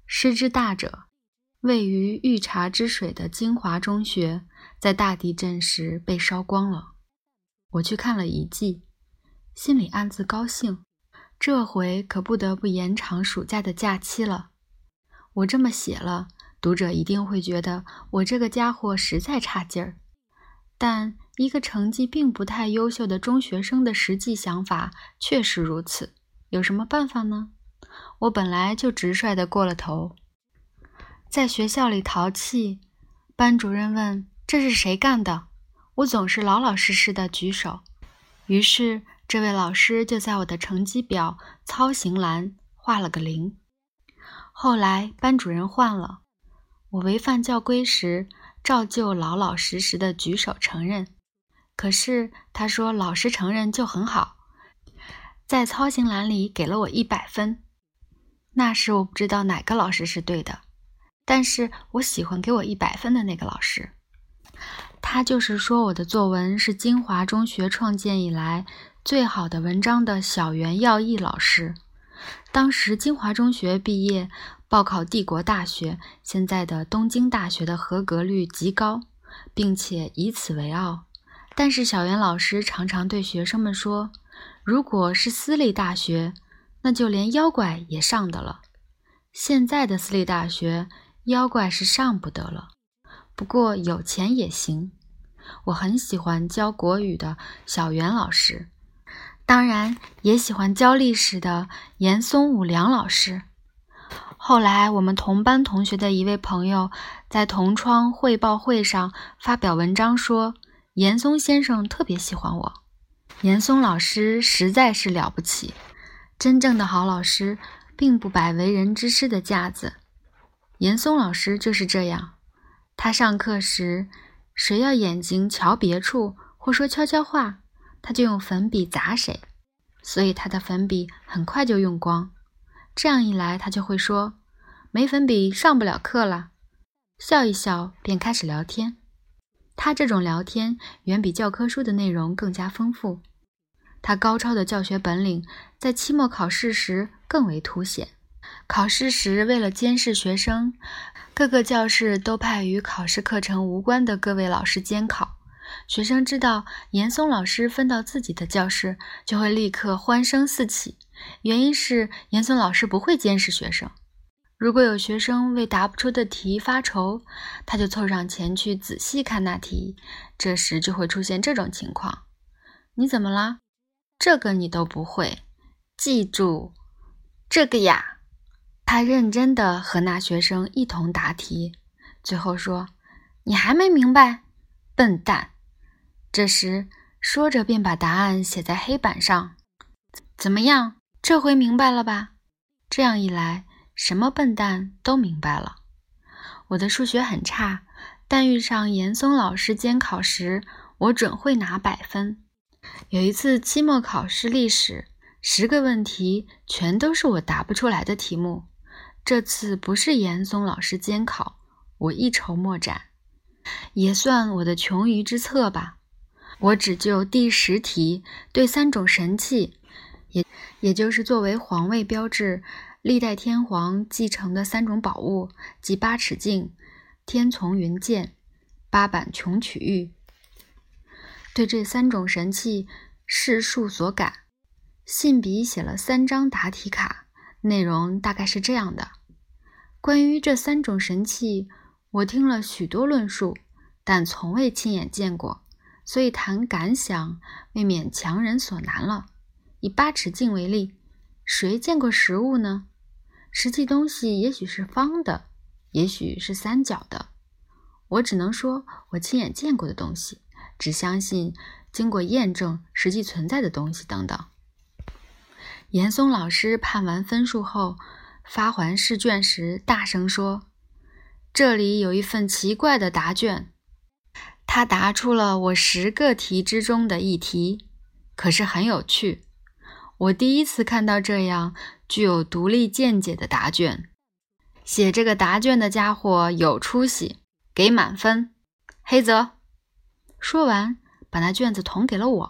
师之大者，位于御茶之水的金华中学，在大地震时被烧光了。我去看了遗迹，心里暗自高兴，这回可不得不延长暑假的假期了。我这么写了，读者一定会觉得我这个家伙实在差劲儿。但一个成绩并不太优秀的中学生的实际想法确实如此，有什么办法呢？我本来就直率地过了头。在学校里淘气，班主任问这是谁干的，我总是老老实实地举手。于是这位老师就在我的成绩表操行栏画了个0。后来班主任换了，我违反教规时照旧老老实实地举手承认。可是他说老师承认就很好，在操行栏里给了我100分。那时我不知道哪个老师是对的，但是我喜欢给我100分的那个老师。他就是说我的作文是金华中学创建以来最好的文章的小原耀义老师。当时金华中学毕业报考帝国大学，现在的东京大学的合格率极高，并且以此为傲。但是小原老师常常对学生们说，如果是私立大学，那就连妖怪也上得了。现在的私立大学，妖怪是上不得了，不过有钱也行。我很喜欢教国语的小原老师，当然也喜欢教历史的严嵩武良老师。后来我们同班同学的一位朋友在同窗汇报会上发表文章说，严嵩先生特别喜欢我。严嵩老师实在是了不起，真正的好老师并不摆为人之师的架子。严嵩老师就是这样，他上课时谁要眼睛瞧别处或说悄悄话，他就用粉笔砸谁，所以他的粉笔很快就用光。这样一来他就会说，没粉笔上不了课了，笑一笑便开始聊天。他这种聊天远比教科书的内容更加丰富，他高超的教学本领在期末考试时更为凸显。考试时为了监视学生，各个教室都派与考试课程无关的各位老师监考。学生知道严嵩老师分到自己的教室，就会立刻欢声四起，原因是严嵩老师不会监视学生。如果有学生为答不出的题发愁，他就凑上前去仔细看那题，这时就会出现这种情况，你怎么了？这个你都不会，记住这个呀。他认真地和那学生一同答题，最后说，你还没明白？笨蛋。这时说着便把答案写在黑板上，怎么样，这回明白了吧？这样一来，什么笨蛋都明白了。我的数学很差，但遇上严嵩老师监考时，我准会拿100分。有一次期末考试历史，10个问题全都是我答不出来的题目。这次不是严嵩老师监考，我一筹莫展，也算我的穷余之策吧。我只就第10题对3种神器，也就是作为皇位标志历代天皇继承的3种宝物，即8尺镜、天丛云剑、8板琼曲玉，对这3种神器视数所感，信笔写了3张答题卡，内容大概是这样的。关于这3种神器，我听了许多论述，但从未亲眼见过，所以谈感想未免强人所难了。以8尺镜为例，谁见过实物呢？实际东西也许是方的，也许是3角的。我只能说我亲眼见过的东西，只相信经过验证实际存在的东西等等。严嵩老师判完分数后，发还试卷时大声说，这里有一份奇怪的答卷，他答出了我10个题之中的1题，可是很有趣。我第一次看到这样具有独立见解的答卷。写这个答卷的家伙有出息，给满分，黑泽。说完把那卷子捅给了我。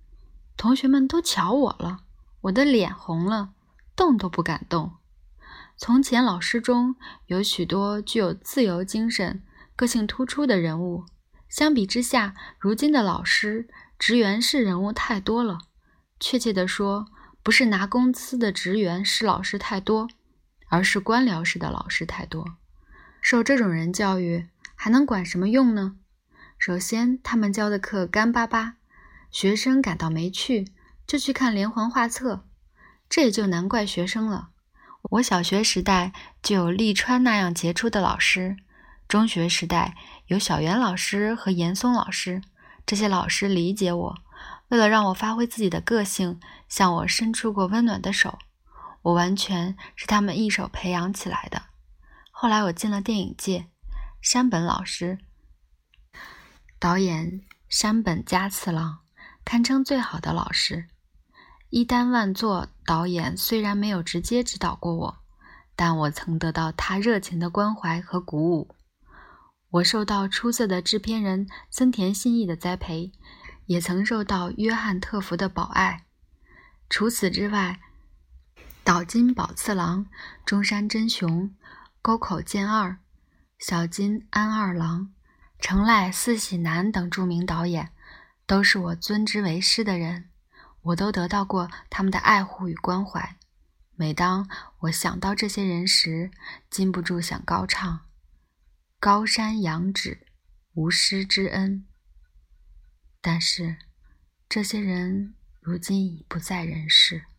同学们都瞧我了，我的脸红了，动都不敢动。 从前老师中有许多具有自由精神、个性突出的人物，相比之下，如今的老师、职员式人物太多了。确切地说，不是拿工资的职员式老师太多，而是官僚式的老师太多。受这种人教育，还能管什么用呢？首先，他们教的课干巴巴，学生感到没趣，就去看连环画册。这也就难怪学生了。我小学时代就有立川那样杰出的老师，中学时代有小袁老师和严嵩老师，这些老师理解我，为了让我发挥自己的个性，向我伸出过温暖的手，我完全是他们一手培养起来的。后来我进了电影界，山本老师，导演山本加次郎，堪称最好的老师。伊丹万作导演虽然没有直接指导过我，但我曾得到他热情的关怀和鼓舞。我受到出色的制片人森田信义的栽培，也曾受到约翰特福的保爱。除此之外，岛津保次郎、中山真雄、沟口健二、小津安二郎、成濑四喜男等著名导演，都是我尊之为师的人，我都得到过他们的爱护与关怀。每当我想到这些人时，禁不住想高唱：高山仰止，无师之恩。但是，这些人如今已不在人世。